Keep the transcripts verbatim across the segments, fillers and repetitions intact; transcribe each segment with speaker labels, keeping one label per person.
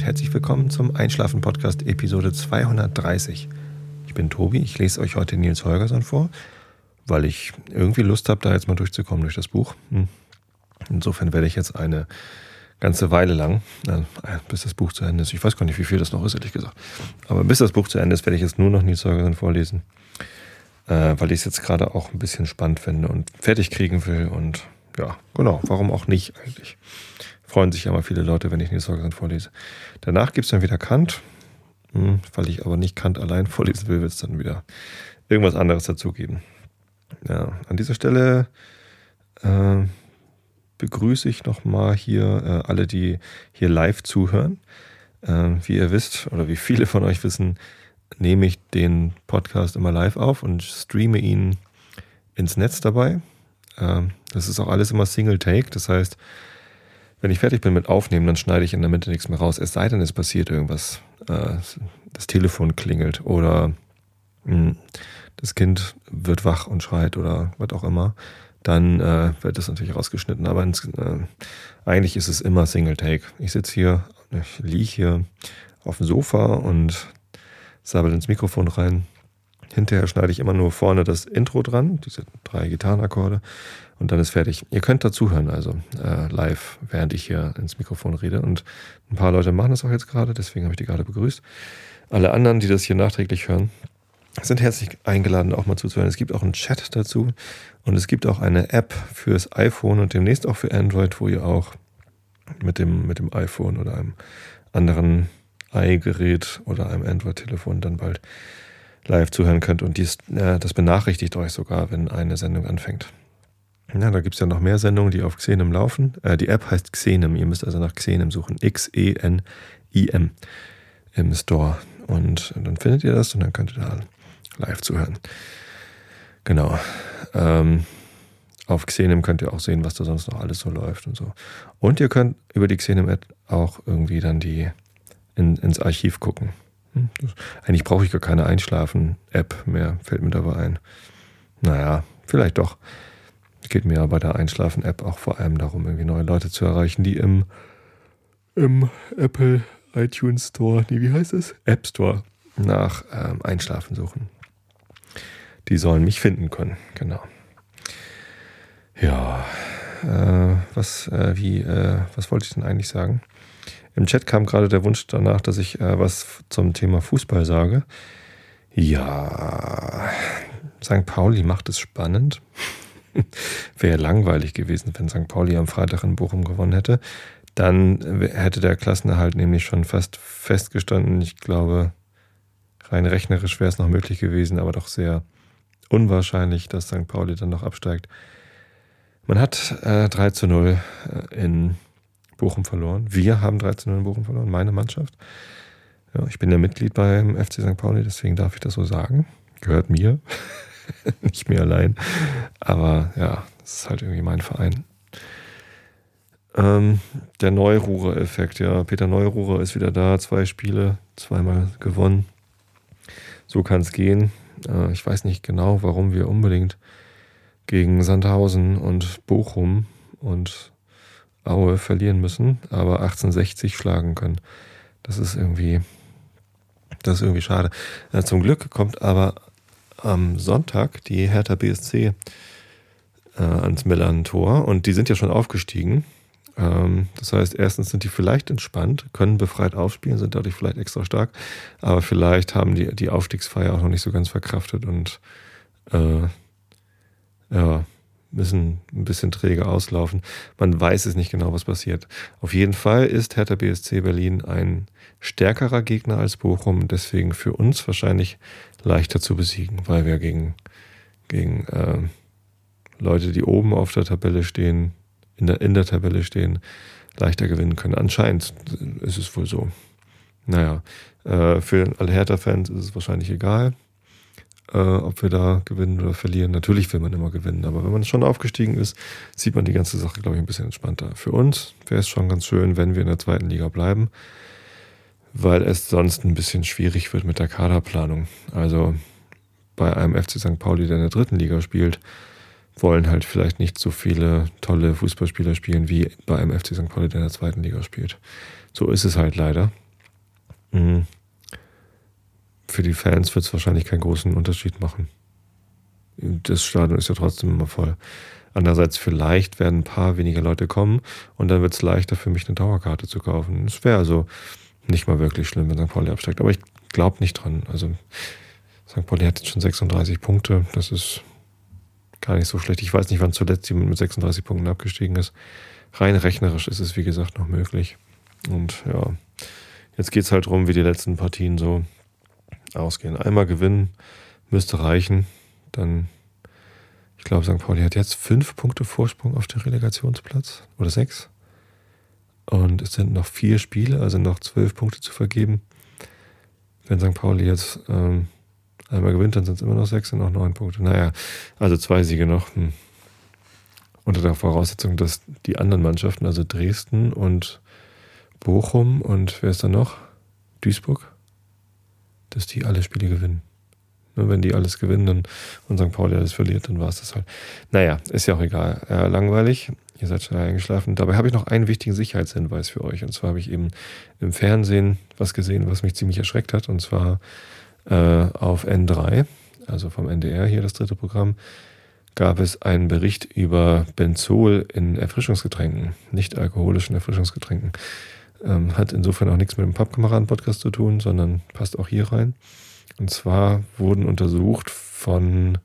Speaker 1: herzlich willkommen zum Einschlafen-Podcast Episode zweihundertdreißig. Ich bin Tobi, ich lese euch heute Nils Holgersson vor, weil ich irgendwie Lust habe, da jetzt mal durchzukommen durch das Buch. Insofern werde ich jetzt eine ganze Weile lang, bis das Buch zu Ende ist, ich weiß gar nicht, wie viel das noch ist, ehrlich gesagt, aber bis das Buch zu Ende ist, werde ich jetzt nur noch Nils Holgersson vorlesen, weil ich es jetzt gerade auch ein bisschen spannend finde und fertig kriegen will und ja, genau, warum auch nicht eigentlich. Freuen sich ja mal viele Leute, wenn ich Nils Holgersson vorlese. Danach gibt es dann wieder Kant, hm, weil ich aber nicht Kant allein vorlesen will, wird es dann wieder irgendwas anderes dazugeben. Ja, an dieser Stelle äh, begrüße ich nochmal hier äh, alle, die hier live zuhören. Äh, wie ihr wisst, oder wie viele von euch wissen, nehme ich den Podcast immer live auf und streame ihn ins Netz dabei. Äh, das ist auch alles immer Single Take, das heißt, wenn ich fertig bin mit Aufnehmen, dann schneide ich in der Mitte nichts mehr raus. Es sei denn, es passiert irgendwas. Äh, das Telefon klingelt oder mh, das Kind wird wach und schreit oder was auch immer. Dann äh, wird das natürlich rausgeschnitten. Aber ins, äh, eigentlich ist es immer Single Take. Ich sitze hier, ich liege hier auf dem Sofa und sabbel ins Mikrofon rein. Hinterher schneide ich immer nur vorne das Intro dran, diese drei Gitarrenakkorde, und dann ist fertig. Ihr könnt dazuhören, also äh, live, während ich hier ins Mikrofon rede. Und ein paar Leute machen das auch jetzt gerade, deswegen habe ich die gerade begrüßt. Alle anderen, die das hier nachträglich hören, sind herzlich eingeladen, auch mal zuzuhören. Es gibt auch einen Chat dazu und es gibt auch eine App fürs iPhone und demnächst auch für Android, wo ihr auch mit dem, mit dem iPhone oder einem anderen i-Gerät oder einem Android-Telefon dann bald live zuhören könnt und dies, äh, das benachrichtigt euch sogar, wenn eine Sendung anfängt. Ja, da gibt es ja noch mehr Sendungen, die auf Xenem laufen. Äh, die App heißt Xenem, ihr müsst also nach Xenem suchen, X E N I M im Store und dann findet ihr das und dann könnt ihr da live zuhören. Genau. Ähm, auf Xenem könnt ihr auch sehen, was da sonst noch alles so läuft und so. Und ihr könnt über die Xenem-App auch irgendwie dann die in, ins Archiv gucken. Das, eigentlich brauche ich gar keine Einschlafen-App mehr, fällt mir dabei ein. Naja, vielleicht doch. Es geht mir ja bei der Einschlafen-App auch vor allem darum, irgendwie neue Leute zu erreichen, die im, im Apple iTunes Store, nee, wie heißt es? App Store nach ähm, Einschlafen suchen. Die sollen mich finden können, genau. Ja, äh, was, äh, wie, äh, was wollte ich denn eigentlich sagen? Im Chat kam gerade der Wunsch danach, dass ich äh, was zum Thema Fußball sage. Ja, Sankt Pauli macht es spannend. Wäre langweilig gewesen, wenn Sankt Pauli am Freitag in Bochum gewonnen hätte. Dann hätte der Klassenerhalt nämlich schon fast festgestanden. Ich glaube, rein rechnerisch wäre es noch möglich gewesen, aber doch sehr unwahrscheinlich, dass Sankt Pauli dann noch absteigt. Man hat äh, drei zu null in Bochum verloren. Wir haben drei zu null in Bochum verloren, meine Mannschaft. Ja, ich bin ja Mitglied beim F C Sankt Pauli, deswegen darf ich das so sagen. Gehört mir, nicht mir allein. Aber ja, das ist halt irgendwie mein Verein. Ähm, der Neururer-Effekt, ja. Peter Neururer ist wieder da, zwei Spiele, zweimal gewonnen. So kann es gehen. Äh, ich weiß nicht genau, warum wir unbedingt gegen Sandhausen und Bochum und Aue verlieren müssen, aber achtzehnhundertsechzig schlagen können. Das ist irgendwie, das ist irgendwie schade. Ja, zum Glück kommt aber am Sonntag die Hertha B S C äh, ans Millern-Tor und die sind ja schon aufgestiegen. Ähm, das heißt, erstens sind die vielleicht entspannt, können befreit aufspielen, sind dadurch vielleicht extra stark, aber vielleicht haben die die Aufstiegsfeier auch noch nicht so ganz verkraftet und äh, ja, müssen ein bisschen träge auslaufen. Man weiß es nicht genau, was passiert. Auf jeden Fall ist Hertha B S C Berlin ein stärkerer Gegner als Bochum, deswegen für uns wahrscheinlich leichter zu besiegen, weil wir gegen, gegen äh, Leute, die oben auf der Tabelle stehen, in der, in der Tabelle stehen, leichter gewinnen können. Anscheinend ist es wohl so. Naja, äh, für alle Hertha-Fans ist es wahrscheinlich egal, Äh, ob wir da gewinnen oder verlieren. Natürlich will man immer gewinnen, aber wenn man schon aufgestiegen ist, sieht man die ganze Sache, glaube ich, ein bisschen entspannter. Für uns wäre es schon ganz schön, wenn wir in der zweiten Liga bleiben, weil es sonst ein bisschen schwierig wird mit der Kaderplanung. Also bei einem F C Sankt Pauli, der in der dritten Liga spielt, wollen halt vielleicht nicht so viele tolle Fußballspieler spielen, wie bei einem F C Sankt Pauli, der in der zweiten Liga spielt. So ist es halt leider. Für die Fans wird es wahrscheinlich keinen großen Unterschied machen. Das Stadion ist ja trotzdem immer voll. Andererseits, vielleicht werden ein paar weniger Leute kommen und dann wird es leichter für mich, eine Dauerkarte zu kaufen. Es wäre also nicht mal wirklich schlimm, wenn Sankt Pauli absteigt. Aber ich glaube nicht dran. Also Sankt Pauli hat jetzt schon sechsunddreißig Punkte. Das ist gar nicht so schlecht. Ich weiß nicht, wann zuletzt jemand mit sechsunddreißig Punkten abgestiegen ist. Rein rechnerisch ist es, wie gesagt, noch möglich. Und ja, jetzt geht es halt darum, wie die letzten Partien so ausgehen. Einmal gewinnen müsste reichen. Dann, ich glaube, Sankt Pauli hat jetzt fünf Punkte Vorsprung auf den Relegationsplatz. Oder sechs. Und es sind noch vier Spiele, also noch zwölf Punkte zu vergeben. Wenn Sankt Pauli jetzt ähm, einmal gewinnt, dann sind es immer noch sechs und noch neun Punkte. Naja, also zwei Siege noch. Hm. Unter der Voraussetzung, dass die anderen Mannschaften, also Dresden und Bochum und wer ist da noch? Duisburg, dass die alle Spiele gewinnen. Und wenn die alles gewinnen dann, und Sankt Pauli alles verliert, dann war es das halt. Naja, ist ja auch egal. Äh, langweilig. Ihr seid schon eingeschlafen. Dabei habe ich noch einen wichtigen Sicherheitshinweis für euch. Und zwar habe ich eben im Fernsehen was gesehen, was mich ziemlich erschreckt hat. Und zwar äh, auf N drei, also vom N D R hier, das dritte Programm, gab es einen Bericht über Benzol in Erfrischungsgetränken, nicht alkoholischen Erfrischungsgetränken. Ähm, hat insofern auch nichts mit dem Pappkameraden-Podcast zu tun, sondern passt auch hier rein. Und zwar wurden untersucht von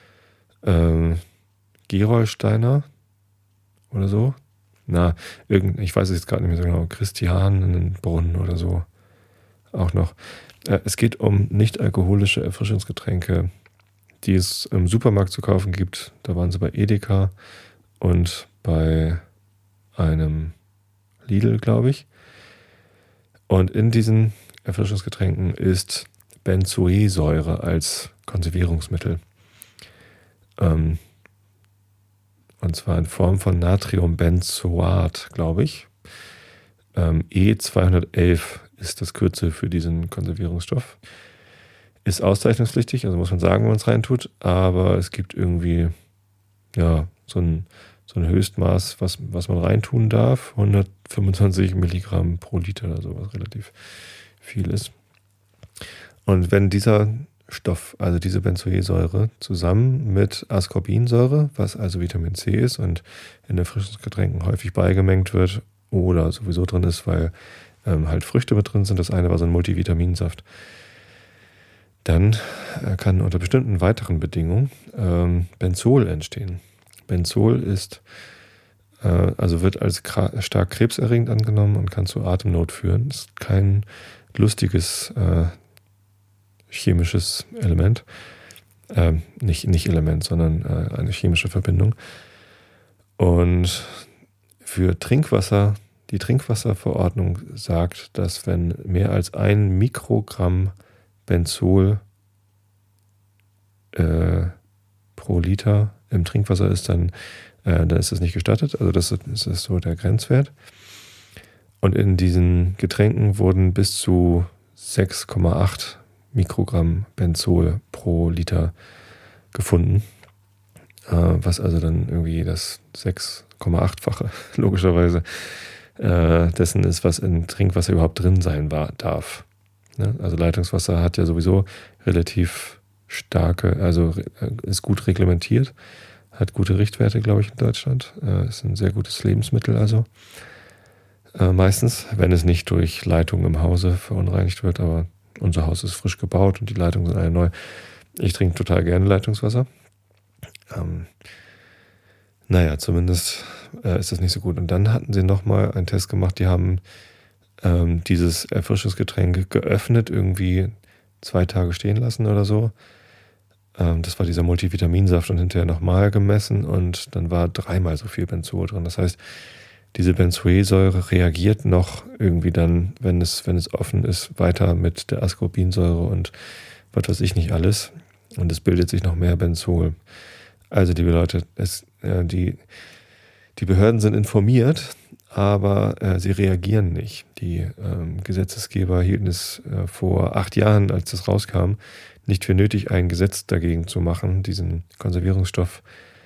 Speaker 1: äh, Gerolsteiner oder so. Na, irgend, ich weiß es jetzt gerade nicht mehr so genau. Christianenbrunn oder so. Auch noch. Äh, es geht um nicht alkoholische Erfrischungsgetränke, die es im Supermarkt zu kaufen gibt. Da waren sie bei Edeka und bei einem Lidl, glaube ich. Und in diesen Erfrischungsgetränken ist Benzoesäure als Konservierungsmittel. Ähm, und zwar in Form von Natriumbenzoat, glaube ich. Ähm, E zweihundertelf ist das Kürzel für diesen Konservierungsstoff. Ist auszeichnungspflichtig, also muss man sagen, wenn man es reintut, aber es gibt irgendwie ja so ein, so ein Höchstmaß, was, was man reintun darf. hundertfünfundzwanzig Milligramm pro Liter oder so, was relativ viel ist. Und wenn dieser Stoff, also diese Benzoesäure, zusammen mit Ascorbinsäure, was also Vitamin C ist und in Erfrischungsgetränken häufig beigemengt wird oder sowieso drin ist, weil ähm, halt Früchte mit drin sind, das eine war so ein Multivitaminsaft, dann äh, kann unter bestimmten weiteren Bedingungen ähm, Benzol entstehen. Benzol ist, äh, also wird als kra- stark krebserregend angenommen und kann zu Atemnot führen. Ist kein lustiges äh, chemisches Element, äh, nicht, nicht Element, sondern äh, eine chemische Verbindung. Und für Trinkwasser, die Trinkwasserverordnung sagt, dass wenn mehr als ein Mikrogramm Benzol äh, pro Liter im Trinkwasser ist, dann, äh, dann ist das nicht gestattet. Also das ist, das ist so der Grenzwert. Und in diesen Getränken wurden bis zu sechs Komma acht Mikrogramm Benzol pro Liter gefunden, äh, was also dann irgendwie das sechs Komma acht-fache logischerweise äh, dessen ist, was in Trinkwasser überhaupt drin sein war, darf. Ne? Also Leitungswasser hat ja sowieso relativ starke, also äh, ist gut reglementiert, hat gute Richtwerte, glaube ich, in Deutschland. Äh, ist ein sehr gutes Lebensmittel also. Äh, meistens, wenn es nicht durch Leitungen im Hause verunreinigt wird, aber unser Haus ist frisch gebaut und die Leitungen sind alle neu. Ich trinke total gerne Leitungswasser. Ähm, naja, zumindest äh, ist das nicht so gut. Und dann hatten sie nochmal einen Test gemacht, die haben ähm, dieses Erfrischungsgetränk geöffnet, irgendwie zwei Tage stehen lassen oder so. Ähm, das war dieser Multivitaminsaft und hinterher nochmal gemessen und dann war dreimal so viel Benzol drin. Das heißt, diese Benzoesäure reagiert noch irgendwie dann, wenn es, wenn es offen ist, weiter mit der Ascorbinsäure und was weiß ich nicht alles. Und es bildet sich noch mehr Benzol. Also liebe Leute, es, äh, die, die Behörden sind informiert, aber äh, sie reagieren nicht. Die ähm, Gesetzesgeber hielten es äh, vor acht Jahren, als das rauskam, nicht für nötig, ein Gesetz dagegen zu machen, diesen Konservierungsstoff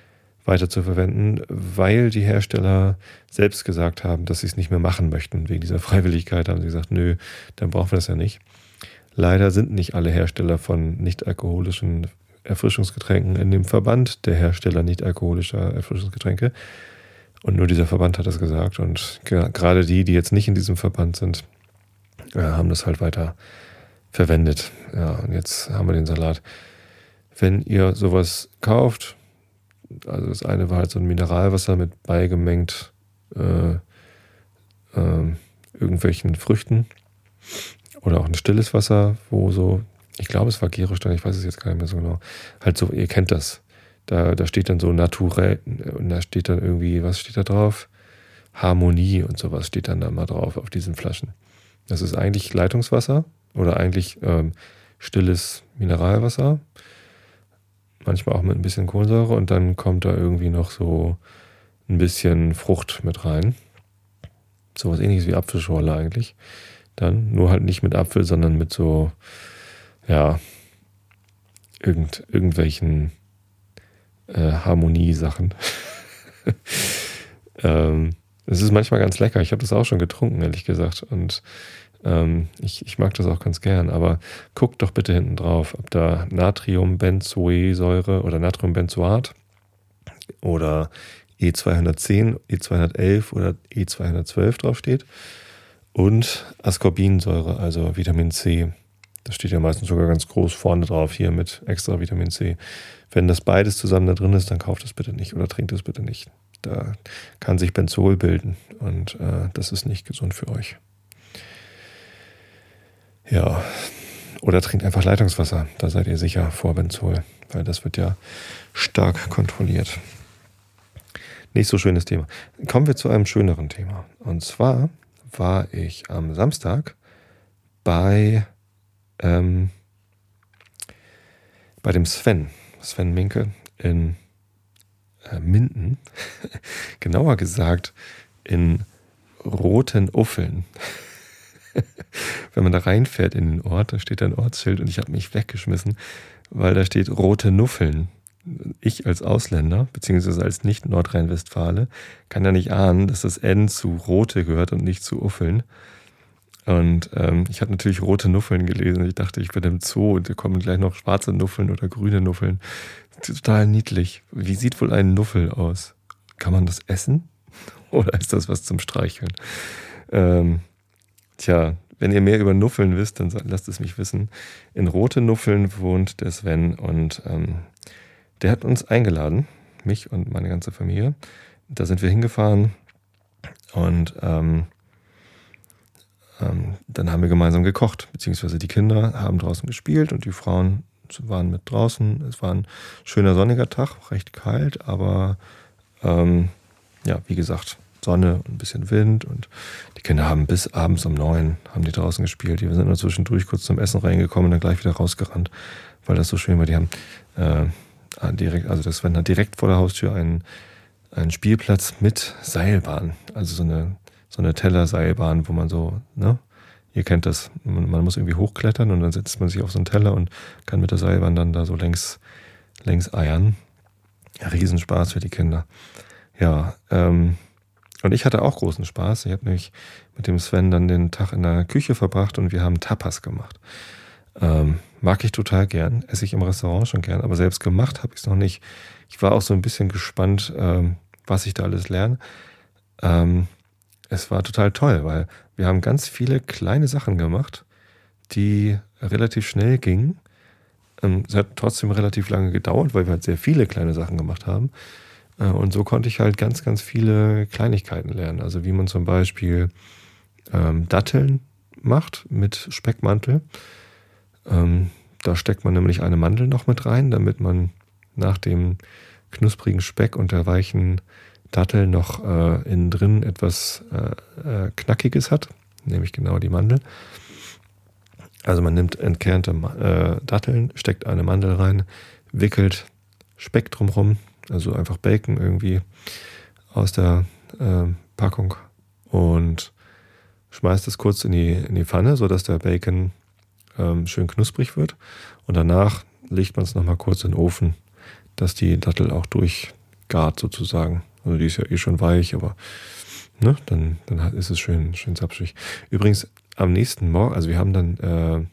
Speaker 1: weiter zu verwenden, weil die Hersteller selbst gesagt haben, dass sie es nicht mehr machen möchten. Wegen dieser Freiwilligkeit haben sie gesagt, nö, dann brauchen wir das ja nicht. Leider sind nicht alle Hersteller von nicht-alkoholischen Erfrischungsgetränken in dem Verband der Hersteller nicht-alkoholischer Erfrischungsgetränke. Und nur dieser Verband hat das gesagt. Und gerade die, die jetzt nicht in diesem Verband sind, haben das halt weiter verwendet. Ja, und jetzt haben wir den Salat. Wenn ihr sowas kauft, also das eine war halt so ein Mineralwasser mit beigemengt äh, äh, irgendwelchen Früchten oder auch ein stilles Wasser, wo so, ich glaube es war Gerolstein, ich weiß es jetzt gar nicht mehr so genau, halt so, ihr kennt das, da, da steht dann so naturell, und da steht dann irgendwie, was steht da drauf? Harmonie und sowas steht dann da mal drauf auf diesen Flaschen. Das ist eigentlich Leitungswasser oder eigentlich ähm, stilles Mineralwasser, manchmal auch mit ein bisschen Kohlensäure und dann kommt da irgendwie noch so ein bisschen Frucht mit rein. So was ähnliches wie Apfelschorle eigentlich. Dann nur halt nicht mit Apfel, sondern mit so, ja, irgend, irgendwelchen äh, Harmoniesachen. ähm, es ist manchmal ganz lecker. Ich habe das auch schon getrunken, ehrlich gesagt. Und ähm, ich, ich mag das auch ganz gern. Aber guckt doch bitte hinten drauf, ob da Natriumbenzoesäure oder Natriumbenzoat oder E zweihundertzehn, E zweihundertelf oder E zweihundertzwölf draufsteht. Und Ascorbinsäure, also Vitamin C. Das steht ja meistens sogar ganz groß vorne drauf, hier mit extra Vitamin C. Wenn das beides zusammen da drin ist, dann kauft es bitte nicht oder trinkt es bitte nicht. Da kann sich Benzol bilden und äh, das ist nicht gesund für euch. Ja, oder trinkt einfach Leitungswasser, da seid ihr sicher vor Benzol, weil das wird ja stark kontrolliert. Nicht so schönes Thema. Kommen wir zu einem schöneren Thema. Und zwar war ich am Samstag bei, ähm, bei dem Sven, Sven Minke in äh, Minden, genauer gesagt in Rothenuffeln. Wenn man da reinfährt in den Ort, da steht da ein Ortsschild und ich habe mich weggeschmissen, weil da steht Rothenuffeln. Ich als Ausländer, beziehungsweise als Nicht-Nordrhein-Westfale, kann ja nicht ahnen, dass das N zu Rote gehört und nicht zu Uffeln. Und ähm, ich habe natürlich rote Nuffeln gelesen. Ich dachte, ich bin im Zoo und da kommen gleich noch schwarze Nuffeln oder grüne Nuffeln. Total niedlich. Wie sieht wohl ein Nuffel aus? Kann man das essen? Oder ist das was zum Streicheln? Ähm, tja, wenn ihr mehr über Nuffeln wisst, dann lasst es mich wissen. In Rothenuffeln wohnt der Sven und ähm, der hat uns eingeladen, mich und meine ganze Familie. Da sind wir hingefahren und ähm, ähm, dann haben wir gemeinsam gekocht, beziehungsweise die Kinder haben draußen gespielt und die Frauen waren mit draußen. Es war ein schöner sonniger Tag, recht kalt, aber ähm, ja, wie gesagt, Sonne und ein bisschen Wind und die Kinder haben bis abends um neun haben die draußen gespielt. Wir sind nur zwischendurch kurz zum Essen reingekommen und dann gleich wieder rausgerannt, weil das so schön war. Die haben äh, direkt, also das Sven hat direkt vor der Haustür einen, einen Spielplatz mit Seilbahn, also so eine, so eine Tellerseilbahn, wo man so, ne, ihr kennt das, man, man muss irgendwie hochklettern und dann setzt man sich auf so einen Teller und kann mit der Seilbahn dann da so längs, längs eiern. Ja, Riesenspaß für die Kinder. Ja, ähm, und ich hatte auch großen Spaß. Ich habe nämlich mit dem Sven dann den Tag in der Küche verbracht und wir haben Tapas gemacht. Ähm, mag ich total gern, esse ich im Restaurant schon gern, aber selbst gemacht habe ich es noch nicht. Ich war auch so ein bisschen gespannt, ähm, was ich da alles lerne. Ähm, es war total toll, weil wir haben ganz viele kleine Sachen gemacht, die relativ schnell gingen. Ähm, es hat trotzdem relativ lange gedauert, weil wir halt sehr viele kleine Sachen gemacht haben. Äh, und so konnte ich halt ganz, ganz viele Kleinigkeiten lernen. Also wie man zum Beispiel ähm, Datteln macht mit Speckmantel. Ähm, da steckt man nämlich eine Mandel noch mit rein, damit man nach dem knusprigen Speck und der weichen Dattel noch äh, innen drin etwas äh, äh, Knackiges hat, nämlich genau die Mandel. Also man nimmt entkernte äh, Datteln, steckt eine Mandel rein, wickelt Speck drumherum, also einfach Bacon irgendwie aus der äh, Packung und schmeißt es kurz in die, in die Pfanne, sodass der Bacon ähm, schön knusprig wird. Und danach legt man es nochmal kurz in den Ofen, dass die Dattel auch durch gart sozusagen. Also die ist ja eh schon weich, aber ne, dann, dann ist es schön, schön sapschig. Übrigens, am nächsten Morgen, also wir haben dann äh,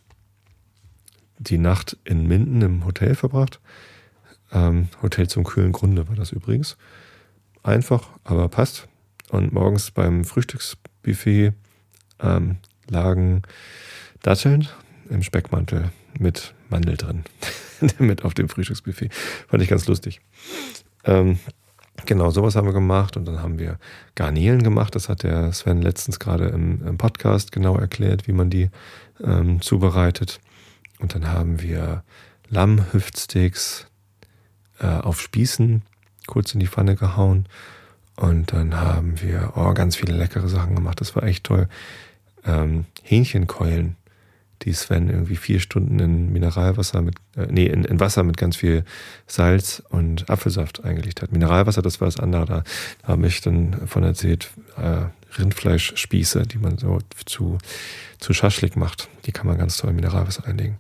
Speaker 1: die Nacht in Minden im Hotel verbracht. Ähm, Hotel zum kühlen Grunde war das übrigens. Einfach, aber passt. Und morgens beim Frühstücksbuffet ähm, lagen Datteln im Speckmantel mit Mandel drin. Mit auf dem Frühstücksbuffet. Fand ich ganz lustig. Ähm, genau, sowas haben wir gemacht. Und dann haben wir Garnelen gemacht. Das hat der Sven letztens gerade im, im Podcast genau erklärt, wie man die ähm, zubereitet. Und dann haben wir Lammhüftsteaks äh, auf Spießen kurz in die Pfanne gehauen. Und dann haben wir oh, ganz viele leckere Sachen gemacht. Das war echt toll. Ähm, Hähnchenkeulen, die Sven irgendwie vier Stunden in Mineralwasser mit, äh, nee, in, in Wasser mit ganz viel Salz und Apfelsaft eingelegt hat. Mineralwasser, das war das andere. Da habe ich dann von erzählt, äh, Rindfleischspieße, die man so zu, zu Schaschlik macht. Die kann man ganz toll in Mineralwasser einlegen.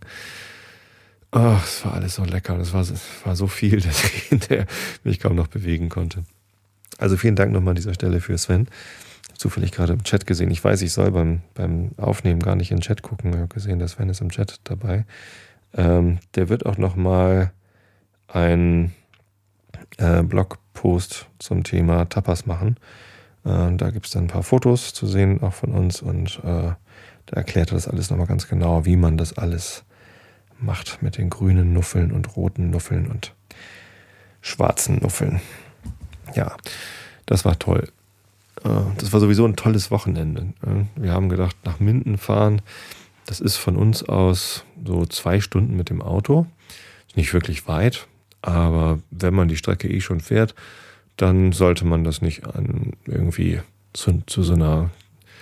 Speaker 1: Oh, es war alles so lecker. Das war, war so viel, dass ich hinterher mich kaum noch bewegen konnte. Also vielen Dank nochmal an dieser Stelle für Sven. Zufällig gerade im Chat gesehen. Ich weiß, ich soll beim, beim Aufnehmen gar nicht in den Chat gucken. Ich habe gesehen, dass Sven ist im Chat dabei. Ähm, der wird auch nochmal einen äh, Blogpost zum Thema Tapas machen. Äh, da gibt es dann ein paar Fotos zu sehen, auch von uns. Und äh, da erklärt er das alles nochmal ganz genau, wie man das alles macht mit den grünen Nuffeln und roten Nuffeln und schwarzen Nuffeln. Ja, das war toll. Das war sowieso ein tolles Wochenende. Wir haben gedacht, nach Minden fahren, das ist von uns aus so zwei Stunden mit dem Auto. Ist nicht wirklich weit, aber wenn man die Strecke eh schon fährt, dann sollte man das nicht an irgendwie zu, zu so einer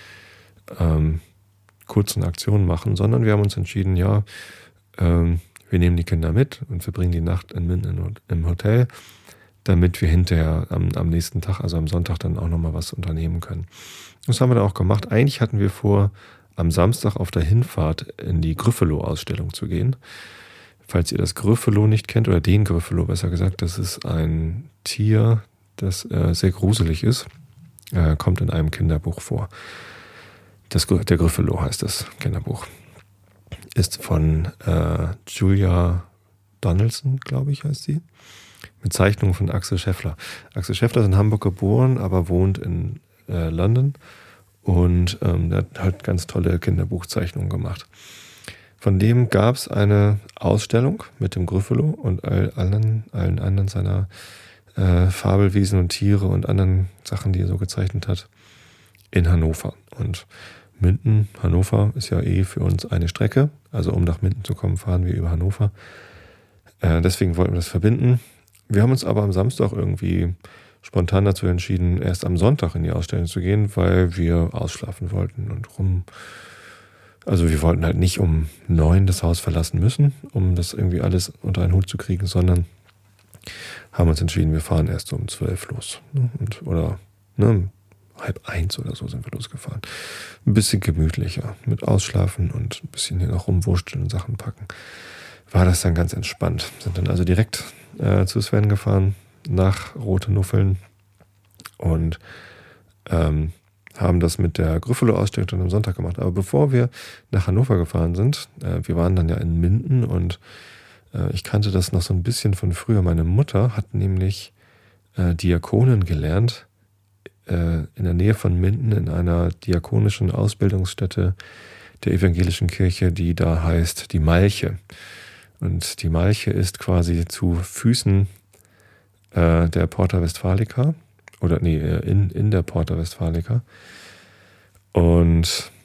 Speaker 1: ähm, kurzen Aktion machen, sondern wir haben uns entschieden, ja, ähm, wir nehmen die Kinder mit und verbringen die Nacht in Minden im Hotel, damit wir hinterher am, am nächsten Tag, also am Sonntag, dann auch nochmal was unternehmen können. Das haben wir dann auch gemacht. Eigentlich hatten wir vor, am Samstag auf der Hinfahrt in die Gryffalo-Ausstellung zu gehen. Falls ihr das Gryffalo nicht kennt, oder den Gryffalo besser gesagt, das ist ein Tier, das äh, sehr gruselig ist, äh, kommt in einem Kinderbuch vor. Das, der Gryffalo heißt das Kinderbuch. Ist von äh, Julia Donaldson, glaube ich, heißt sie. Mit Zeichnungen von Axel Scheffler. Axel Scheffler ist in Hamburg geboren, aber wohnt in äh, London und ähm, der hat halt ganz tolle Kinderbuchzeichnungen gemacht. Von dem gab es eine Ausstellung mit dem Gryffalo und all, allen, allen anderen seiner äh, Fabelwesen und Tiere und anderen Sachen, die er so gezeichnet hat, in Hannover. Und Minden, Hannover ist ja eh für uns eine Strecke. Also um nach Minden zu kommen, fahren wir über Hannover. Äh, deswegen wollten wir das verbinden. Wir haben uns aber am Samstag irgendwie spontan dazu entschieden, erst am Sonntag in die Ausstellung zu gehen, weil wir ausschlafen wollten und rum. Also wir wollten halt nicht um neun das Haus verlassen müssen, um das irgendwie alles unter einen Hut zu kriegen, sondern haben uns entschieden, wir fahren erst so um zwölf los. Und, oder ne, halb eins oder so sind wir losgefahren. Ein bisschen gemütlicher, mit Ausschlafen und ein bisschen hier noch rumwurschteln und Sachen packen. War das dann ganz entspannt. Sind dann also direkt äh, zu Sven gefahren, nach Rote Nuffeln und ähm, haben das mit der Gryffalo-Ausstellung dann am Sonntag gemacht. Aber bevor wir nach Hannover gefahren sind, äh, wir waren dann ja in Minden und äh, ich kannte das noch so ein bisschen von früher. Meine Mutter hat nämlich äh, Diakonin gelernt äh, in der Nähe von Minden in einer diakonischen Ausbildungsstätte der evangelischen Kirche, die da heißt die Malche. Und die Malche ist quasi zu Füßen äh, der Porta Westfalica. Oder nee, in, in der Porta Westfalica. Und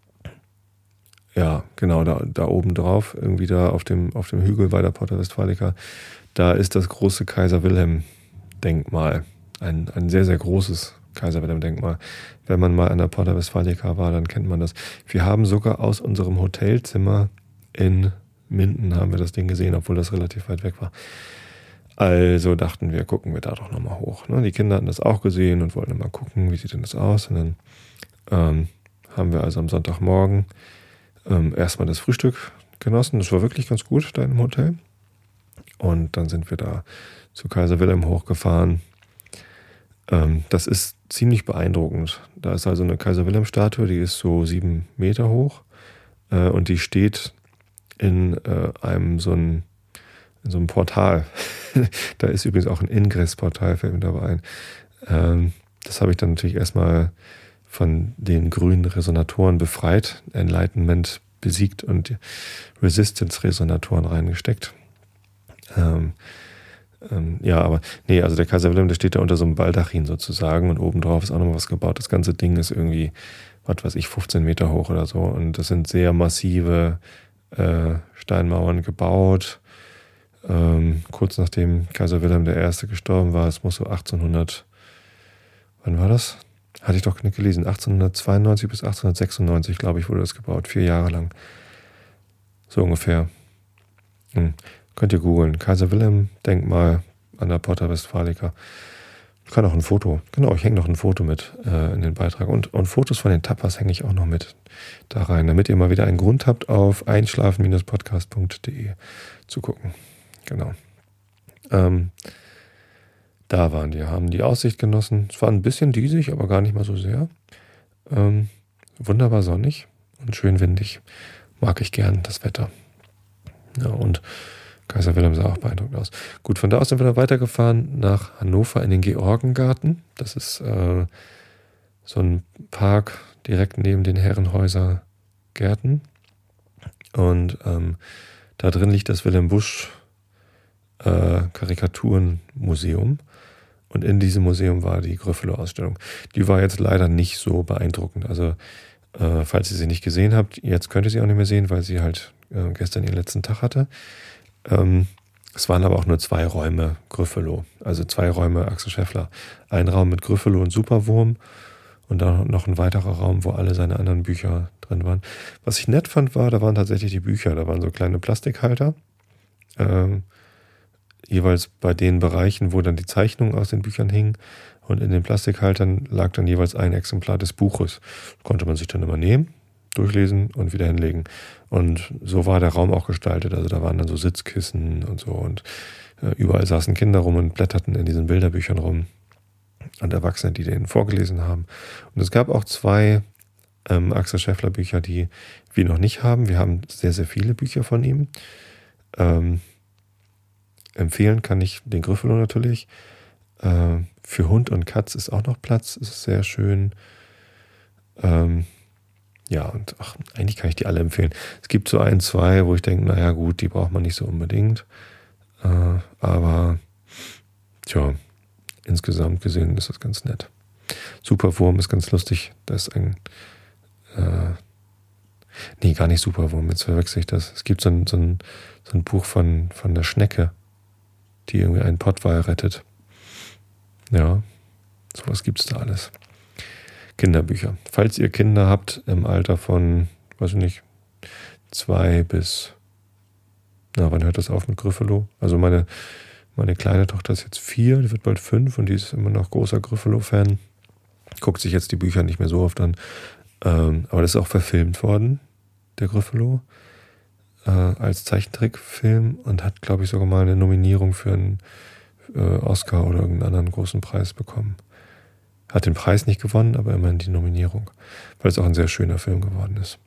Speaker 1: ja, genau, da, da oben drauf, irgendwie da auf dem, auf dem Hügel bei der Porta Westfalica, da ist das große Kaiser Wilhelm Denkmal. Ein, ein sehr, sehr großes Kaiser Wilhelm Denkmal. Wenn man mal an der Porta Westfalica war, dann kennt man das. Wir haben sogar aus unserem Hotelzimmer in Minden haben wir das Ding gesehen, obwohl das relativ weit weg war. Also dachten wir, gucken wir da doch nochmal hoch. Die Kinder hatten das auch gesehen und wollten mal gucken, wie sieht denn das aus. Und dann ähm, haben wir also am Sonntagmorgen ähm, erstmal das Frühstück genossen. Das war wirklich ganz gut da im Hotel. Und dann sind wir da zu Kaiser Wilhelm hochgefahren. Ähm, das ist ziemlich beeindruckend. Da ist also eine Kaiser Wilhelm-Statue, die ist so sieben Meter hoch äh, und die steht in äh, einem so ein in so einem Portal. Da ist übrigens auch ein Ingress-Portal, fällt mir dabei ein. Ähm, das habe ich dann natürlich erstmal von den grünen Resonatoren befreit, Enlightenment besiegt und Resistance-Resonatoren reingesteckt. Ähm, ähm, ja, aber nee, also der Kaiser Wilhelm, der steht da unter so einem Baldachin sozusagen und obendrauf ist auch nochmal was gebaut. Das ganze Ding ist irgendwie, was weiß ich, fünfzehn Meter hoch oder so und das sind sehr massive äh, Steinmauern gebaut. Ähm, kurz nachdem Kaiser Wilhelm der Erste gestorben war, es muss so achtzehnhundert, wann war das? Hatte ich doch nicht gelesen, achtzehnhundertzweiundneunzig bis achtzehnhundertsechsundneunzig, glaube ich, wurde das gebaut, vier Jahre lang. So ungefähr. Hm. Könnt ihr googeln, Kaiser Wilhelm Denkmal an der Porta Westfalica. Ich kann auch ein Foto, genau, ich hänge noch ein Foto mit äh, in den Beitrag und, und Fotos von den Tapas hänge ich auch noch mit da rein, damit ihr mal wieder einen Grund habt, auf einschlafen Bindestrich podcast punkt de zu gucken. Genau. Ähm, da waren wir, haben die Aussicht genossen. Es war ein bisschen diesig, aber gar nicht mal so sehr. Ähm, wunderbar sonnig und schön windig. Mag ich gern, das Wetter. Ja, und Kaiser Wilhelm sah auch beeindruckend aus. Gut, von da aus sind wir dann weitergefahren nach Hannover in den Georgengarten. Das ist äh, so ein Park direkt neben den Herrenhäuser Gärten. Und ähm, da drin liegt das Wilhelm Busch äh, Karikaturenmuseum. Und in diesem Museum war die Gryffalo-Ausstellung. Die war jetzt leider nicht so beeindruckend. Also äh, falls ihr sie nicht gesehen habt, jetzt könnt ihr sie auch nicht mehr sehen, weil sie halt äh, gestern ihren letzten Tag hatte. Ähm, es waren aber auch nur zwei Räume Gryffalo, also zwei Räume Axel Scheffler. Ein Raum mit Gryffalo und Superwurm und dann noch ein weiterer Raum, wo alle seine anderen Bücher drin waren. Was ich nett fand, war, da waren tatsächlich die Bücher, da waren so kleine Plastikhalter, ähm, jeweils bei den Bereichen, wo dann die Zeichnungen aus den Büchern hingen und in den Plastikhaltern lag dann jeweils ein Exemplar des Buches. Das konnte man sich dann immer nehmen, durchlesen und wieder hinlegen. Und so war der Raum auch gestaltet. Also da waren dann so Sitzkissen und so und äh, überall saßen Kinder rum und blätterten in diesen Bilderbüchern rum und Erwachsene, die denen vorgelesen haben. Und es gab auch zwei ähm, Axel Scheffler Bücher, die wir noch nicht haben. Wir haben sehr, sehr viele Bücher von ihm. Ähm, empfehlen kann ich den Gryffalo natürlich. Äh, für Hund und Katz ist auch noch Platz. Ist sehr schön. Ähm, Ja, und ach, eigentlich kann ich die alle empfehlen. Es gibt so ein, zwei, wo ich denke, naja gut, die braucht man nicht so unbedingt. Äh, aber tja, insgesamt gesehen ist das ganz nett. Superwurm ist ganz lustig. Da ist ein äh, nee, gar nicht Superwurm, jetzt verwechsel ich das. Es gibt so ein, so ein, so ein Buch von, von der Schnecke, die irgendwie einen Pottwal rettet. Ja, sowas gibt es da alles. Kinderbücher. Falls ihr Kinder habt im Alter von, weiß ich nicht, zwei bis, na, wann hört das auf mit Gryffalo? Also meine, meine kleine Tochter ist jetzt vier, die wird bald fünf und die ist immer noch großer Gryffalo-Fan. Guckt sich jetzt die Bücher nicht mehr so oft an. Ähm, aber das ist auch verfilmt worden, der Gryffalo, äh, als Zeichentrickfilm und hat, glaube ich, sogar mal eine Nominierung für einen äh, Oscar oder irgendeinen anderen großen Preis bekommen. Hat den Preis nicht gewonnen, aber immerhin die Nominierung, weil es auch ein sehr schöner Film geworden ist.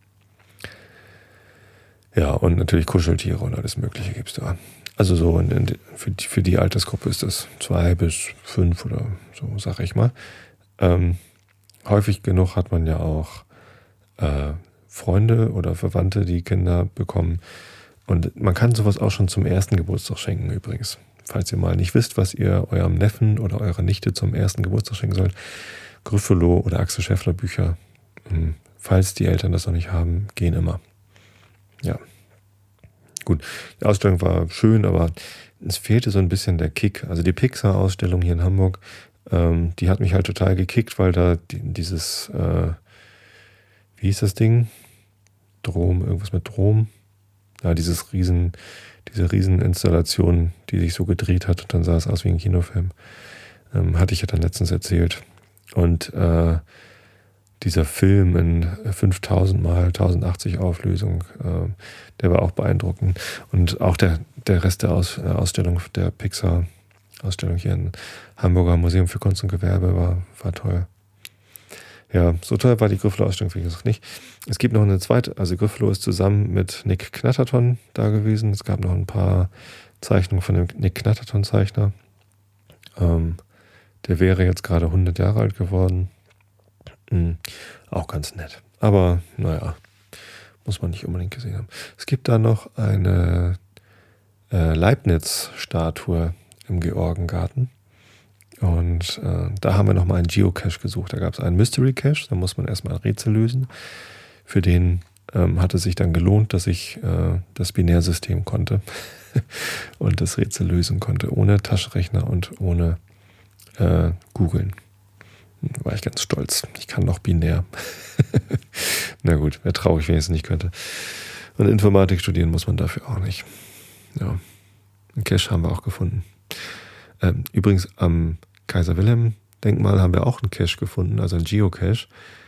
Speaker 1: Ja, und natürlich Kuscheltiere und alles Mögliche gibt es da. Also so in, in, für, die, für die Altersgruppe ist das zwei bis fünf oder so, sag ich mal. Ähm, häufig genug hat man ja auch äh, Freunde oder Verwandte, die Kinder bekommen. Und man kann sowas auch schon zum ersten Geburtstag schenken übrigens. Falls ihr mal nicht wisst, was ihr eurem Neffen oder eurer Nichte zum ersten Geburtstag schenken sollt, Gryffalo oder Axel Scheffler Bücher, falls die Eltern das noch nicht haben, gehen immer. Ja, gut. Die Ausstellung war schön, aber es fehlte so ein bisschen der Kick. Also die Pixar-Ausstellung hier in Hamburg, ähm, die hat mich halt total gekickt, weil da die, dieses, äh, wie hieß das Ding? Drom, irgendwas mit Drom. Ja, dieses riesen, diese Rieseninstallation, die sich so gedreht hat und dann sah es aus wie ein Kinofilm. Ähm, hatte ich ja dann letztens erzählt. Und äh, dieser Film in fünftausend mal tausendachtzig Auflösung, äh, der war auch beeindruckend. Und auch der, der Rest der Aus, äh, Ausstellung, der Pixar-Ausstellung hier im Hamburger Museum für Kunst und Gewerbe war, war toll. Ja, so toll war die Gryffalo-Ausstellung, wie gesagt, nicht. Es gibt noch eine zweite, also Gryffalo ist zusammen mit Nick Knatterton da gewesen. Es gab noch ein paar Zeichnungen von dem Nick Knatterton-Zeichner. Ähm, der wäre jetzt gerade hundert Jahre alt geworden. Mhm. Auch ganz nett. Aber naja, muss man nicht unbedingt gesehen haben. Es gibt da noch eine äh, Leibniz-Statue im Georgengarten. Und äh, da haben wir nochmal einen Geocache gesucht. Da gab es einen Mystery Cache, da muss man erstmal ein Rätsel lösen. Für den ähm, hat es sich dann gelohnt, dass ich äh, das Binärsystem konnte und das Rätsel lösen konnte, ohne Taschenrechner und ohne äh, googeln. Da war ich ganz stolz. Ich kann noch binär. Na gut, wäre traurig, wenn ich es nicht könnte. Und Informatik studieren muss man dafür auch nicht. Ja, einen Cache haben wir auch gefunden. Ähm, übrigens am Kaiser-Wilhelm-Denkmal haben wir auch einen Cache gefunden, also einen Geocache.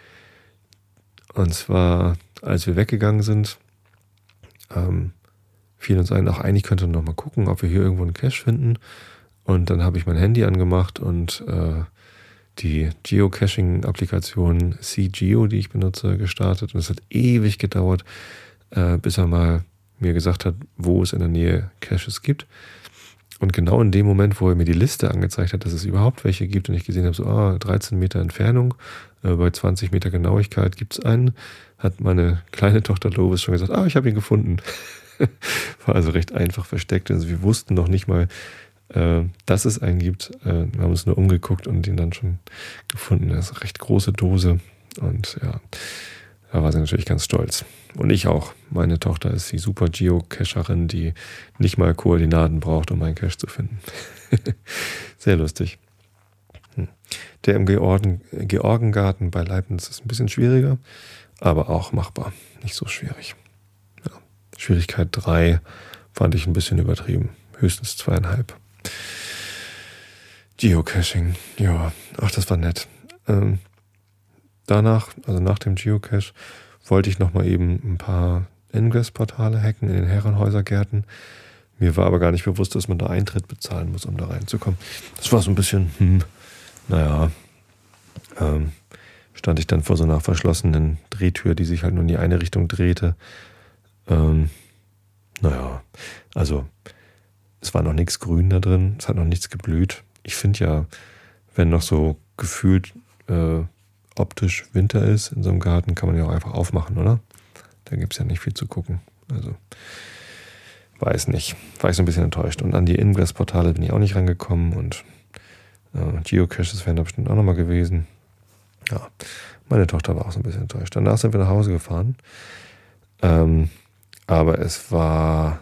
Speaker 1: Und zwar, als wir weggegangen sind, ähm, fiel uns ein, auch eigentlich könnte man noch mal gucken, ob wir hier irgendwo einen Cache finden. Und dann habe ich mein Handy angemacht und äh, die Geocaching-Applikation CGeo, die ich benutze, gestartet. Und es hat ewig gedauert, äh, bis er mal mir gesagt hat, wo es in der Nähe Caches gibt. Und genau in dem Moment, wo er mir die Liste angezeigt hat, dass es überhaupt welche gibt und ich gesehen habe, so ah, dreizehn Meter Entfernung, äh, bei zwanzig Meter Genauigkeit gibt es einen, hat meine kleine Tochter Lovis schon gesagt, ah, ich habe ihn gefunden. War also recht einfach versteckt. Also wir wussten noch nicht mal, äh, dass es einen gibt. Äh, wir haben uns nur umgeguckt und ihn dann schon gefunden. Das ist eine recht große Dose und ja, da war sie natürlich ganz stolz. Und ich auch. Meine Tochter ist die super Geocacherin, die nicht mal Koordinaten braucht, um einen Cache zu finden. Sehr lustig. Der im Georgen, Georgengarten bei Leibniz ist ein bisschen schwieriger, aber auch machbar. Nicht so schwierig. Ja. Schwierigkeit drei fand ich ein bisschen übertrieben. Höchstens zweieinhalb. Geocaching. Ja, ach, das war nett. Ähm, danach, also nach dem Geocache, wollte ich nochmal eben ein paar Ingress-Portale hacken in den Herrenhäusergärten. Mir war aber gar nicht bewusst, dass man da Eintritt bezahlen muss, um da reinzukommen. Das war so ein bisschen, hm, naja, ähm, stand ich dann vor so einer verschlossenen Drehtür, die sich halt nur in die eine Richtung drehte. Ähm, naja, also es war noch nichts grün da drin, es hat noch nichts geblüht. Ich finde ja, wenn noch so gefühlt äh, optisch Winter ist in so einem Garten, kann man ja auch einfach aufmachen, oder? Da gibt es ja nicht viel zu gucken. Also, weiß nicht. War ich so ein bisschen enttäuscht. Und an die Ingress-Portale bin ich auch nicht rangekommen und äh, Geocaches wären da bestimmt auch nochmal gewesen. Ja, meine Tochter war auch so ein bisschen enttäuscht. Danach sind wir nach Hause gefahren. Ähm, aber es war,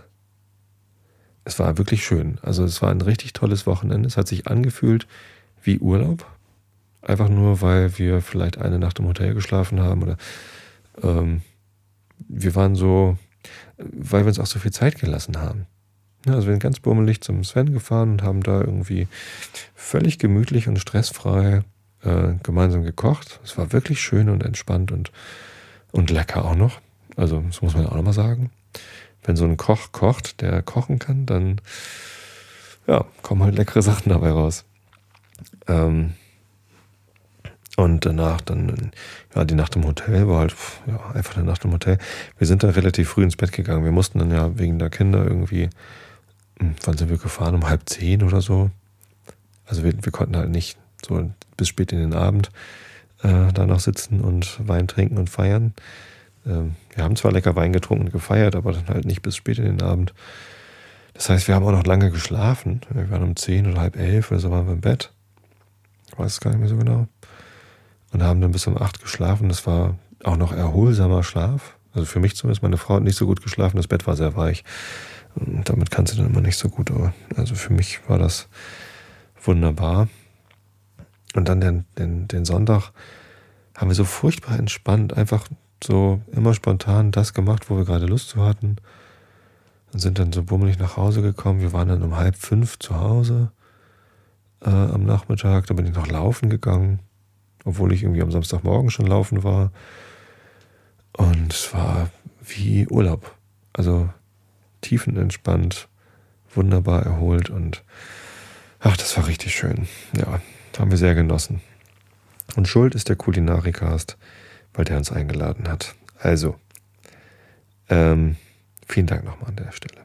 Speaker 1: es war wirklich schön. Also es war ein richtig tolles Wochenende. Es hat sich angefühlt wie Urlaub. Einfach nur, weil wir vielleicht eine Nacht im Hotel geschlafen haben oder ähm, wir waren so, weil wir uns auch so viel Zeit gelassen haben. Ja, also wir sind ganz bummelig zum Sven gefahren und haben da irgendwie völlig gemütlich und stressfrei äh, gemeinsam gekocht. Es war wirklich schön und entspannt und, und lecker auch noch. Also das muss man auch nochmal sagen. Wenn so ein Koch kocht, der kochen kann, dann ja, kommen halt leckere Sachen dabei raus. Ähm, Und danach dann, ja, die Nacht im Hotel war halt, ja, einfach eine Nacht im Hotel. Wir sind da relativ früh ins Bett gegangen. Wir mussten dann ja wegen der Kinder irgendwie, wann sind wir gefahren? Um halb zehn oder so. Also wir, wir konnten halt nicht so bis spät in den Abend äh, da noch sitzen und Wein trinken und feiern. Ähm, wir haben zwar lecker Wein getrunken und gefeiert, aber dann halt nicht bis spät in den Abend. Das heißt, wir haben auch noch lange geschlafen. Wir waren um zehn oder halb elf oder so waren wir im Bett. Ich weiß es gar nicht mehr so genau. Und haben dann bis um acht geschlafen. Das war auch noch erholsamer Schlaf. Also für mich zumindest. Meine Frau hat nicht so gut geschlafen. Das Bett war sehr weich. Und damit kann sie dann immer nicht so gut. Aber also für mich war das wunderbar. Und dann den, den, den Sonntag haben wir so furchtbar entspannt. Einfach so immer spontan das gemacht, wo wir gerade Lust zu hatten. Und sind dann so bummelig nach Hause gekommen. Wir waren dann um halb fünf zu Hause äh, am Nachmittag. Da bin ich noch laufen gegangen. obwohl ich irgendwie am Samstagmorgen schon laufen war. Und es war wie Urlaub. Also tiefenentspannt, wunderbar erholt und ach, das war richtig schön. Ja, haben wir sehr genossen. Und schuld ist der Kulinarikast, weil der uns eingeladen hat. Also, ähm, vielen Dank nochmal an der Stelle.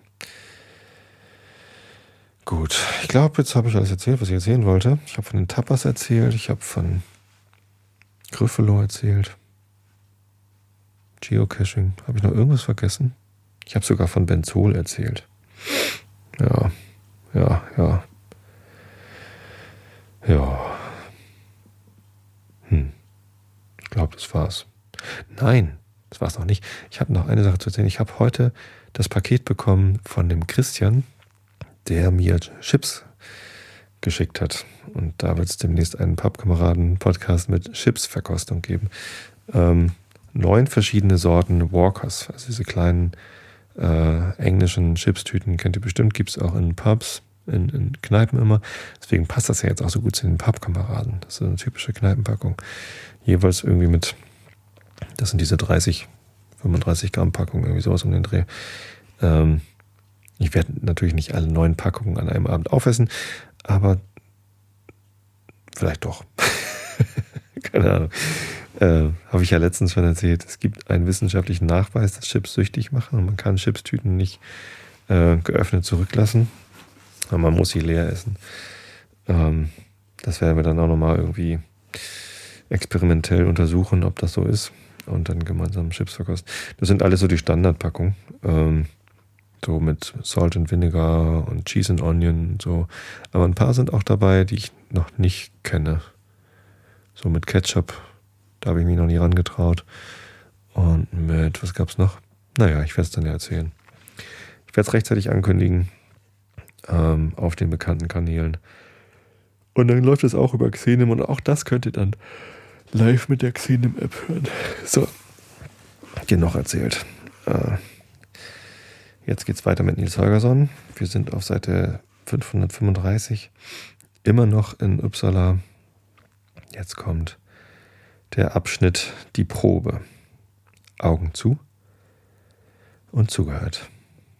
Speaker 1: Gut, ich glaube, jetzt habe ich alles erzählt, was ich erzählen wollte. Ich habe von den Tapas erzählt, ich habe von Gryffalo erzählt. Geocaching. Habe ich noch irgendwas vergessen? Ich habe sogar von Benzol erzählt. Ja, ja, ja. Ja. Hm. Ich glaube, das war's. Nein, das war's noch nicht. Ich habe noch eine Sache zu erzählen. Ich habe heute das Paket bekommen von dem Christian, der mir Chips geschickt hat. Und da wird es demnächst einen Pappkameraden-Podcast mit Chips-Verkostung geben. Ähm, neun verschiedene Sorten Walkers, also diese kleinen äh, englischen Chipstüten, kennt ihr bestimmt, gibt es auch in Pubs, in, in Kneipen immer. Deswegen passt das ja jetzt auch so gut zu den Pappkameraden. Das ist eine typische Kneipenpackung. Jeweils irgendwie mit, das sind diese dreißig, fünfunddreißig Gramm Packungen, irgendwie sowas um den Dreh. Ähm, ich werde natürlich nicht alle neun Packungen an einem Abend aufessen, aber vielleicht doch. Keine Ahnung. Äh, habe ich ja letztens schon erzählt. Es gibt einen wissenschaftlichen Nachweis, dass Chips süchtig machen und man kann Chipstüten nicht äh, geöffnet zurücklassen. Aber man muss sie leer essen. Ähm, das werden wir dann auch nochmal irgendwie experimentell untersuchen, ob das so ist. Und dann gemeinsam Chips verkosten. Das sind alles so die Standardpackungen. Ähm, so mit Salt and Vinegar und Cheese and Onion und so. Aber ein paar sind auch dabei, die ich noch nicht kenne. So mit Ketchup, da habe ich mich noch nie rangetraut. Und mit, was gab es noch? Naja, ich werde es dann ja erzählen. Ich werde es rechtzeitig ankündigen ähm, auf den bekannten Kanälen. Und dann läuft es auch über Xenim und auch das könnt ihr dann live mit der Xenim-App hören. So, genug erzählt. Äh, jetzt geht's weiter mit Nils Holgersson. Wir sind auf Seite fünfhundertfünfunddreißig, immer noch in Uppsala. Jetzt kommt der Abschnitt Die Probe. Augen zu und zugehört.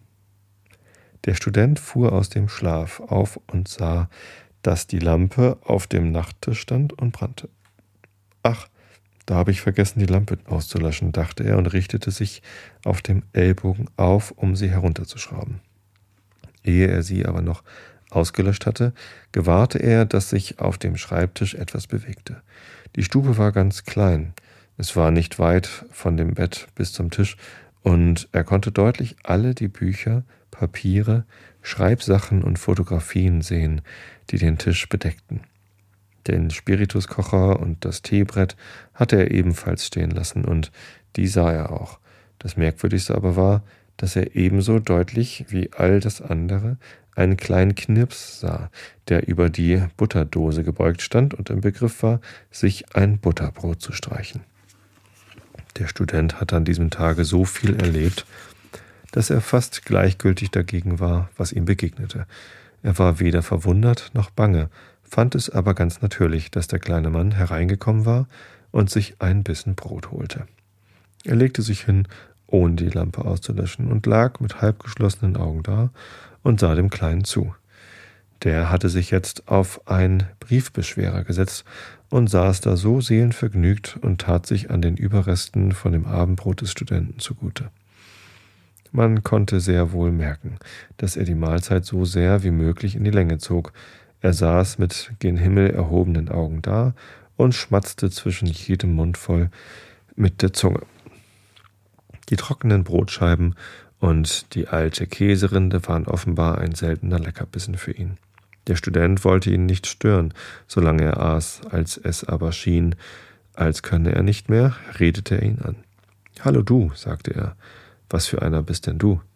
Speaker 1: Der Student fuhr aus dem Schlaf auf und sah, dass die Lampe auf dem Nachttisch stand und brannte. Ach, da habe ich vergessen, die Lampe auszulöschen, dachte er und richtete sich auf dem Ellbogen auf, um sie herunterzuschrauben. Ehe er sie aber noch ausgelöscht hatte, gewahrte er, dass sich auf dem Schreibtisch etwas bewegte. Die Stube war ganz klein. Es war nicht weit von dem Bett bis zum Tisch und er konnte deutlich alle die Bücher, Papiere, Schreibsachen und Fotografien sehen, die den Tisch bedeckten. Den Spirituskocher und das Teebrett hatte er ebenfalls stehen lassen und die sah er auch. Das Merkwürdigste aber war, dass er ebenso deutlich wie all das andere einen kleinen Knirps sah, der über die Butterdose gebeugt stand und im Begriff war, sich ein Butterbrot zu streichen. Der Student hatte an diesem Tage so viel erlebt, dass er fast gleichgültig dagegen war, was ihm begegnete. Er war weder verwundert noch bange, fand es aber ganz natürlich, dass der kleine Mann hereingekommen war und sich ein Bissen Brot holte. Er legte sich hin, ohne die Lampe auszulöschen, und lag mit halb geschlossenen Augen da und sah dem Kleinen zu. Der hatte sich jetzt auf einen Briefbeschwerer gesetzt und saß da so seelenvergnügt und tat sich an den Überresten von dem Abendbrot des Studenten zugute. Man konnte sehr wohl merken, dass er die Mahlzeit so sehr wie möglich in die Länge zog. Er saß mit gen Himmel erhobenen Augen da und schmatzte zwischen jedem Mund voll mit der Zunge. Die trockenen Brotscheiben und die alte Käserinde waren offenbar ein seltener Leckerbissen für ihn. Der Student wollte ihn nicht stören, solange er aß. Als es aber schien, als könne er nicht mehr, redete er ihn an. »Hallo du«, sagte er, »was für einer bist denn du?«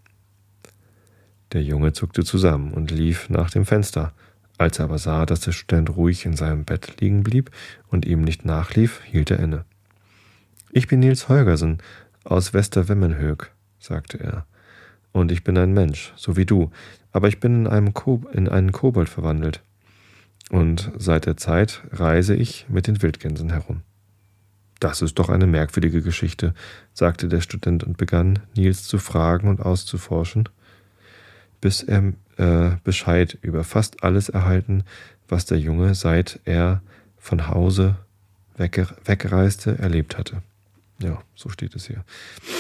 Speaker 1: Der Junge zuckte zusammen und lief nach dem Fenster. Als er aber sah, dass der Student ruhig in seinem Bett liegen blieb und ihm nicht nachlief, hielt er inne. »Ich bin Nils Holgersson aus Västervemmenhög«, sagte er, »und ich bin ein Mensch, so wie du, aber ich bin in, einem Ko- in einen Kobold verwandelt.« und seit der Zeit reise ich mit den Wildgänsen herum. Das ist doch eine merkwürdige Geschichte, sagte der Student und begann, Niels zu fragen und auszuforschen, bis er äh, Bescheid über fast alles erhalten, was der Junge, seit er von Hause wegge- wegreiste, erlebt hatte. Ja, so steht es hier.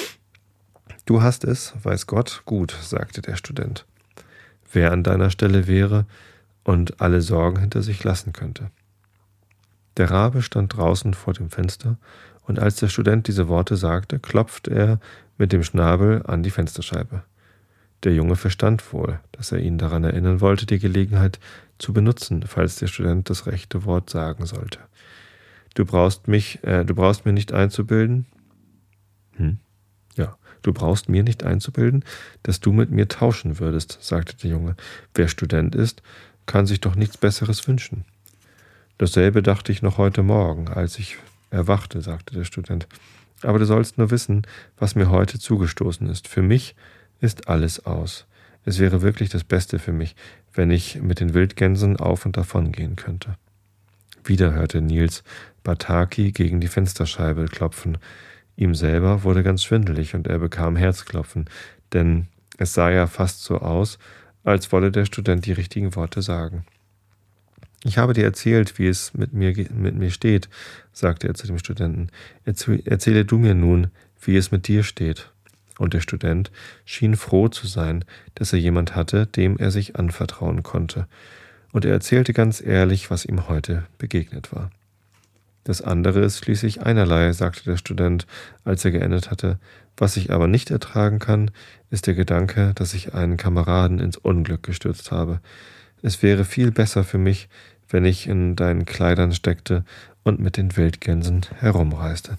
Speaker 1: Du hast es, weiß Gott, gut, sagte der Student. Wer an deiner Stelle wäre und alle Sorgen hinter sich lassen könnte. Der Rabe stand draußen vor dem Fenster, und als der Student diese Worte sagte, klopfte er mit dem Schnabel an die Fensterscheibe. Der Junge verstand wohl, dass er ihn daran erinnern wollte, die Gelegenheit zu benutzen, falls der Student das rechte Wort sagen sollte. Du brauchst mich, äh, du brauchst mir nicht einzubilden, hm? Ja, du brauchst mir nicht einzubilden, dass du mit mir tauschen würdest, sagte der Junge. Wer Student ist, kann sich doch nichts Besseres wünschen. Dasselbe dachte ich noch heute Morgen, als ich erwachte, sagte der Student. Aber du sollst nur wissen, was mir heute zugestoßen ist. Für mich ist alles aus. Es wäre wirklich das Beste für mich, wenn ich mit den Wildgänsen auf und davon gehen könnte. Wieder hörte Niels Bataki gegen die Fensterscheibe klopfen. Ihm selber wurde ganz schwindelig und er bekam Herzklopfen, denn es sah ja fast so aus, als wolle der Student die richtigen Worte sagen. Ich habe dir erzählt, wie es mit mir, mit mir steht, sagte er zu dem Studenten. Erzähle du mir nun, wie es mit dir steht. Und der Student schien froh zu sein, dass er jemand hatte, dem er sich anvertrauen konnte. Und er erzählte ganz ehrlich, was ihm heute begegnet war. Das andere ist schließlich einerlei, sagte der Student, als er geendet hatte. Was ich aber nicht ertragen kann, ist der Gedanke, dass ich einen Kameraden ins Unglück gestürzt habe. Es wäre viel besser für mich, wenn ich in deinen Kleidern steckte und mit den Wildgänsen herumreiste.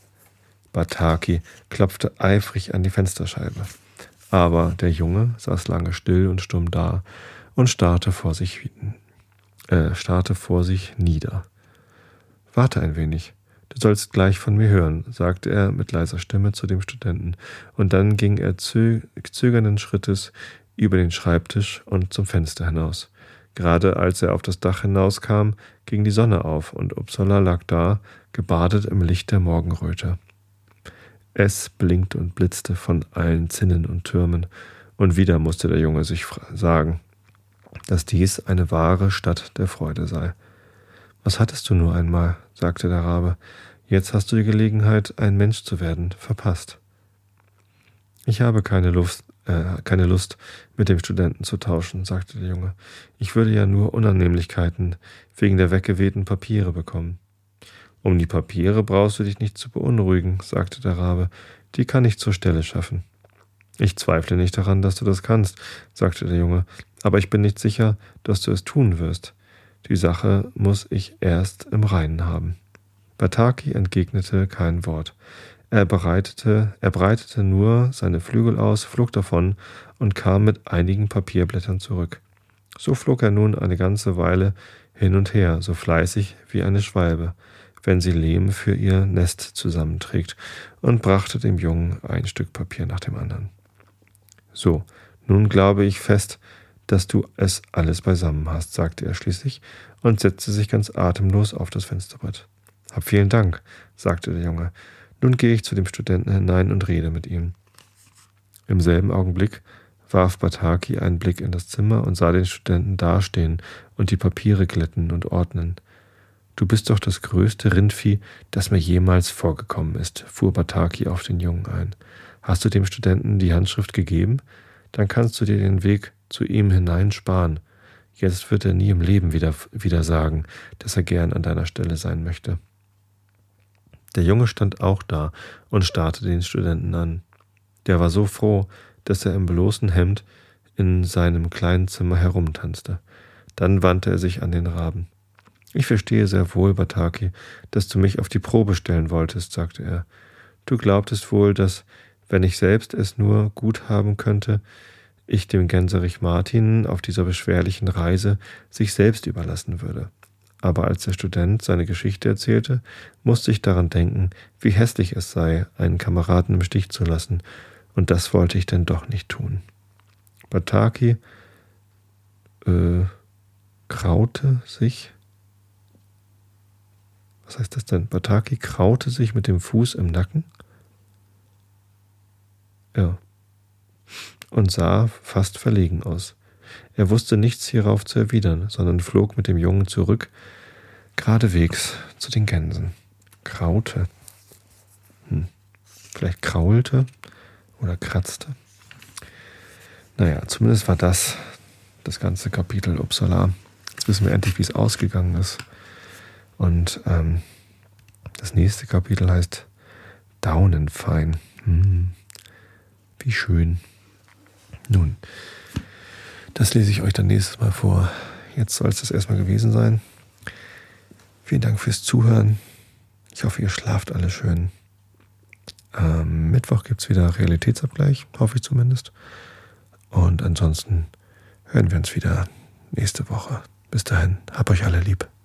Speaker 1: Bataki klopfte eifrig an die Fensterscheibe. Aber der Junge saß lange still und stumm da und starrte vor sich, äh, starrte vor sich nieder. »Warte ein wenig, du sollst gleich von mir hören«, sagte er mit leiser Stimme zu dem Studenten, und dann ging er zö- zögernden Schrittes über den Schreibtisch und zum Fenster hinaus. Gerade als er auf das Dach hinauskam, ging die Sonne auf, und Uppsala lag da, gebadet im Licht der Morgenröte. Es blinkte und blitzte von allen Zinnen und Türmen, und wieder musste der Junge sich sagen, dass dies eine wahre Stadt der Freude sei. »Was hattest du nur einmal«, sagte der Rabe, »jetzt hast du die Gelegenheit, ein Mensch zu werden, verpasst.« »Ich habe keine Lust, äh, keine Lust, mit dem Studenten zu tauschen«, sagte der Junge. »Ich würde ja nur Unannehmlichkeiten wegen der weggewehten Papiere bekommen.« »Um die Papiere brauchst du dich nicht zu beunruhigen«, sagte der Rabe, »die kann ich zur Stelle schaffen.« »Ich zweifle nicht daran, dass du das kannst«, sagte der Junge, »aber ich bin nicht sicher, dass du es tun wirst. Die Sache muss ich erst im Reinen haben.« Bataki entgegnete kein Wort. Er bereitete, er breitete nur seine Flügel aus, flog davon und kam mit einigen Papierblättern zurück. So flog er nun eine ganze Weile hin und her, so fleißig wie eine Schwalbe, wenn sie Lehm für ihr Nest zusammenträgt, und brachte dem Jungen ein Stück Papier nach dem anderen. »So, nun glaube ich fest, dass du es alles beisammen hast«, sagte er schließlich und setzte sich ganz atemlos auf das Fensterbrett. »Hab vielen Dank«, sagte der Junge. »Nun gehe ich zu dem Studenten hinein und rede mit ihm.« Im selben Augenblick warf Bataki einen Blick in das Zimmer und sah den Studenten dastehen und die Papiere glätten und ordnen. »Du bist doch das größte Rindvieh, das mir jemals vorgekommen ist«, fuhr Bataki auf den Jungen ein. »Hast du dem Studenten die Handschrift gegeben? Dann kannst du dir den Weg zu ihm hinein sparen. Jetzt wird er nie im Leben wieder, wieder sagen, dass er gern an deiner Stelle sein möchte.« Der Junge stand auch da und starrte den Studenten an. Der war so froh, dass er im bloßen Hemd in seinem kleinen Zimmer herumtanzte. Dann wandte er sich an den Raben. »Ich verstehe sehr wohl, Bataki, dass du mich auf die Probe stellen wolltest«, sagte er. »Du glaubtest wohl, dass, wenn ich selbst es nur gut haben könnte, ich dem Gänserich Martin auf dieser beschwerlichen Reise sich selbst überlassen würde. Aber als der Student seine Geschichte erzählte, musste ich daran denken, wie hässlich es sei, einen Kameraden im Stich zu lassen, und das wollte ich denn doch nicht tun.« Bataki, äh, kraute sich, was heißt das denn? Bataki kraute sich mit dem Fuß im Nacken. Ja. Und sah fast verlegen aus. Er wusste nichts hierauf zu erwidern, sondern flog mit dem Jungen zurück, geradewegs zu den Gänsen. Kraute. Hm. Vielleicht kraulte oder kratzte. Naja, zumindest war das das ganze Kapitel Uppsala. Jetzt wissen wir endlich, wie es ausgegangen ist. Und ähm, das nächste Kapitel heißt Daunenfein. Hm. Wie schön. Nun, das lese ich euch dann nächstes Mal vor. Jetzt soll es das erstmal gewesen sein. Vielen Dank fürs Zuhören. Ich hoffe, ihr schlaft alle schön. Am Mittwoch gibt es wieder Realitätsabgleich, hoffe ich zumindest. Und ansonsten hören wir uns wieder nächste Woche. Bis dahin, hab euch alle lieb.